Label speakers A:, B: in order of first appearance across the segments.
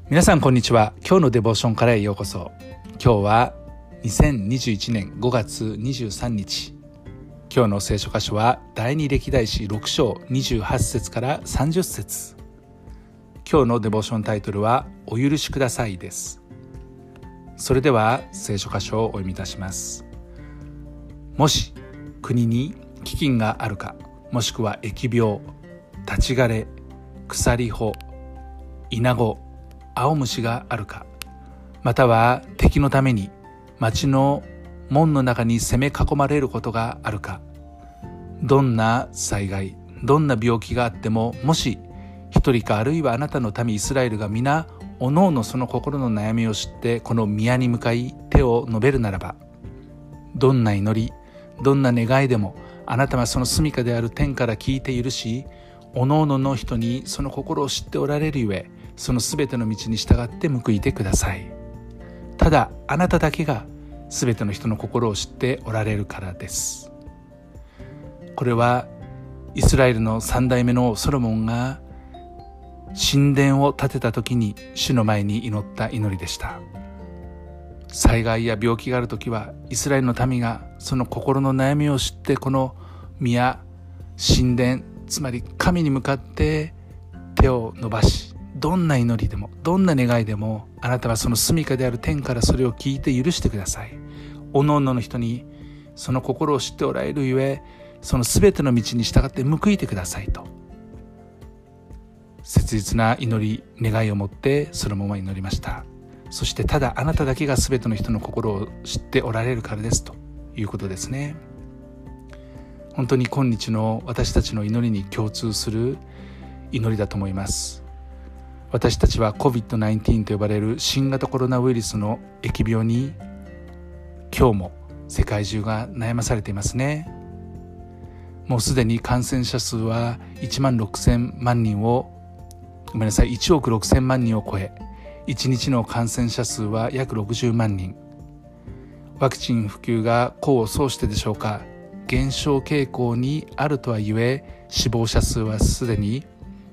A: 皆さんこんにちは。今日のデボーションからへようこそ。今日は2021年5月23日。今日の聖書箇所は第二歴代史6章28節から30節。今日のデボーションタイトルはお許しくださいです。それでは聖書箇所をお読みいたします。もし国に飢饉があるか、もしくは疫病、立ち枯れ、鎖穂、イナゴ、青虫があるか、または敵のために町の門の中に攻め囲まれることがあるか、どんな災害、どんな病気があっても、もし一人かあるいはあなたの民イスラエルが皆おのおのその心の悩みを知ってこの宮に向かい手を述べるならば、どんな祈り、どんな願いでもあなたはその住処である天から聞いて許し、おのおのの人にその心を知っておられるゆえ、そのすべての道に従って報いてください。ただあなただけがすべての人の心を知っておられるからです。これはイスラエルの3代目のソロモンが神殿を建てた時に主の前に祈った祈りでした。災害や病気がある時はイスラエルの民がその心の悩みを知って、この宮、神殿、つまり神に向かって手を伸ばし、どんな祈りでもどんな願いでもあなたはその住処である天からそれを聞いて許してください。おのおのの人にその心を知っておられるゆえ、そのすべての道に従って報いてくださいと、切実な祈り願いを持ってソロモンは祈りました。そしてただあなただけがすべての人の心を知っておられるからですということですね。本当に今日の私たちの祈りに共通する祈りだと思います。私たちは COVID-19 と呼ばれる新型コロナウイルスの疫病に今日も世界中が悩まされていますね。もうすでに感染者数は1億6000万人を超え、1日の感染者数は約60万人。ワクチン普及が功を奏してでしょうか、減少傾向にあるとはいえ、死亡者数はすでに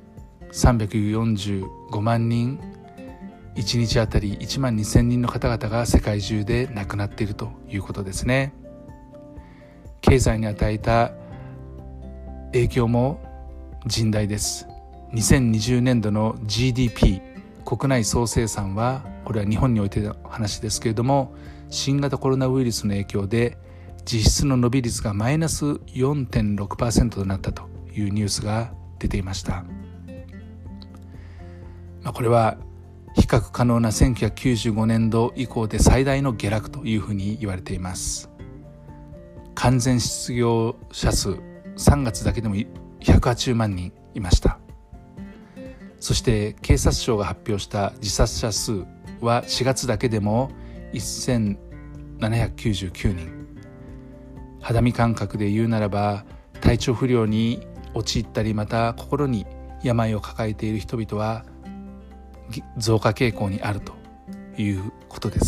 A: 345万人、1日あたり1万2000人の方々が世界中で亡くなっているということですね。経済に与えた影響も甚大です。2020年度の GDP 国内総生産は、これは日本においての話ですけれども、新型コロナウイルスの影響で実質の伸び率がマイナス 4.6% となったというニュースが出ていました。これは比較可能な1995年度以降で最大の下落というふうに言われています。完全失業者数、3月だけでも180万人いました。そして警察庁が発表した自殺者数は4月だけでも1799人。肌身感覚で言うならば、体調不良に陥ったり、また心に病を抱えている人々は増加傾向にあるということです。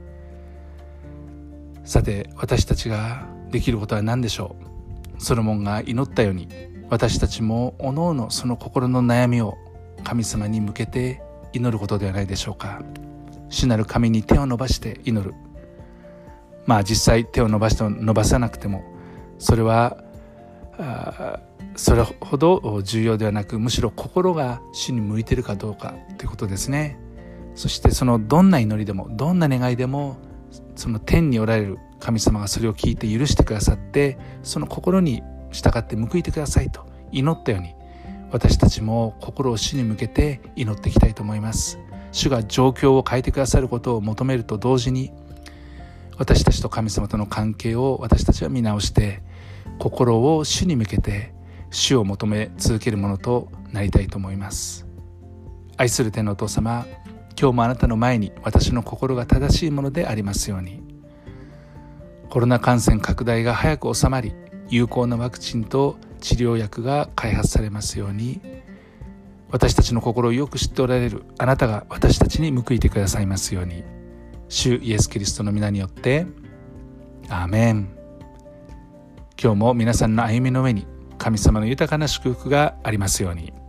A: さて、私たちができることは何でしょう。ソロモンが祈ったように、私たちもおのおのその心の悩みを神様に向けて祈ることではないでしょうか。主なる神に手を伸ばして祈る。実際手を伸ばしても伸ばさなくても、それはそれほど重要ではなく、むしろ心が主に向いているかどうかということですね。そしてそのどんな祈りでもどんな願いでも、その天におられる神様がそれを聞いて許してくださって、その心に従って報いてくださいと祈ったように、私たちも心を主に向けて祈っていきたいと思います。主が状況を変えてくださることを求めると同時に、私たちと神様との関係を私たちは見直して、心を主に向けて主を求め続けるものとなりたいと思います。愛する天のお父様、今日もあなたの前に私の心が正しいものでありますように。コロナ感染拡大が早く収まり、有効なワクチンと治療薬が開発されますように、私たちの心をよく知っておられるあなたが私たちに報いてくださいますように。主イエスキリストの皆によってアーメン。今日も皆さんの歩みの上に神様の豊かな祝福がありますように。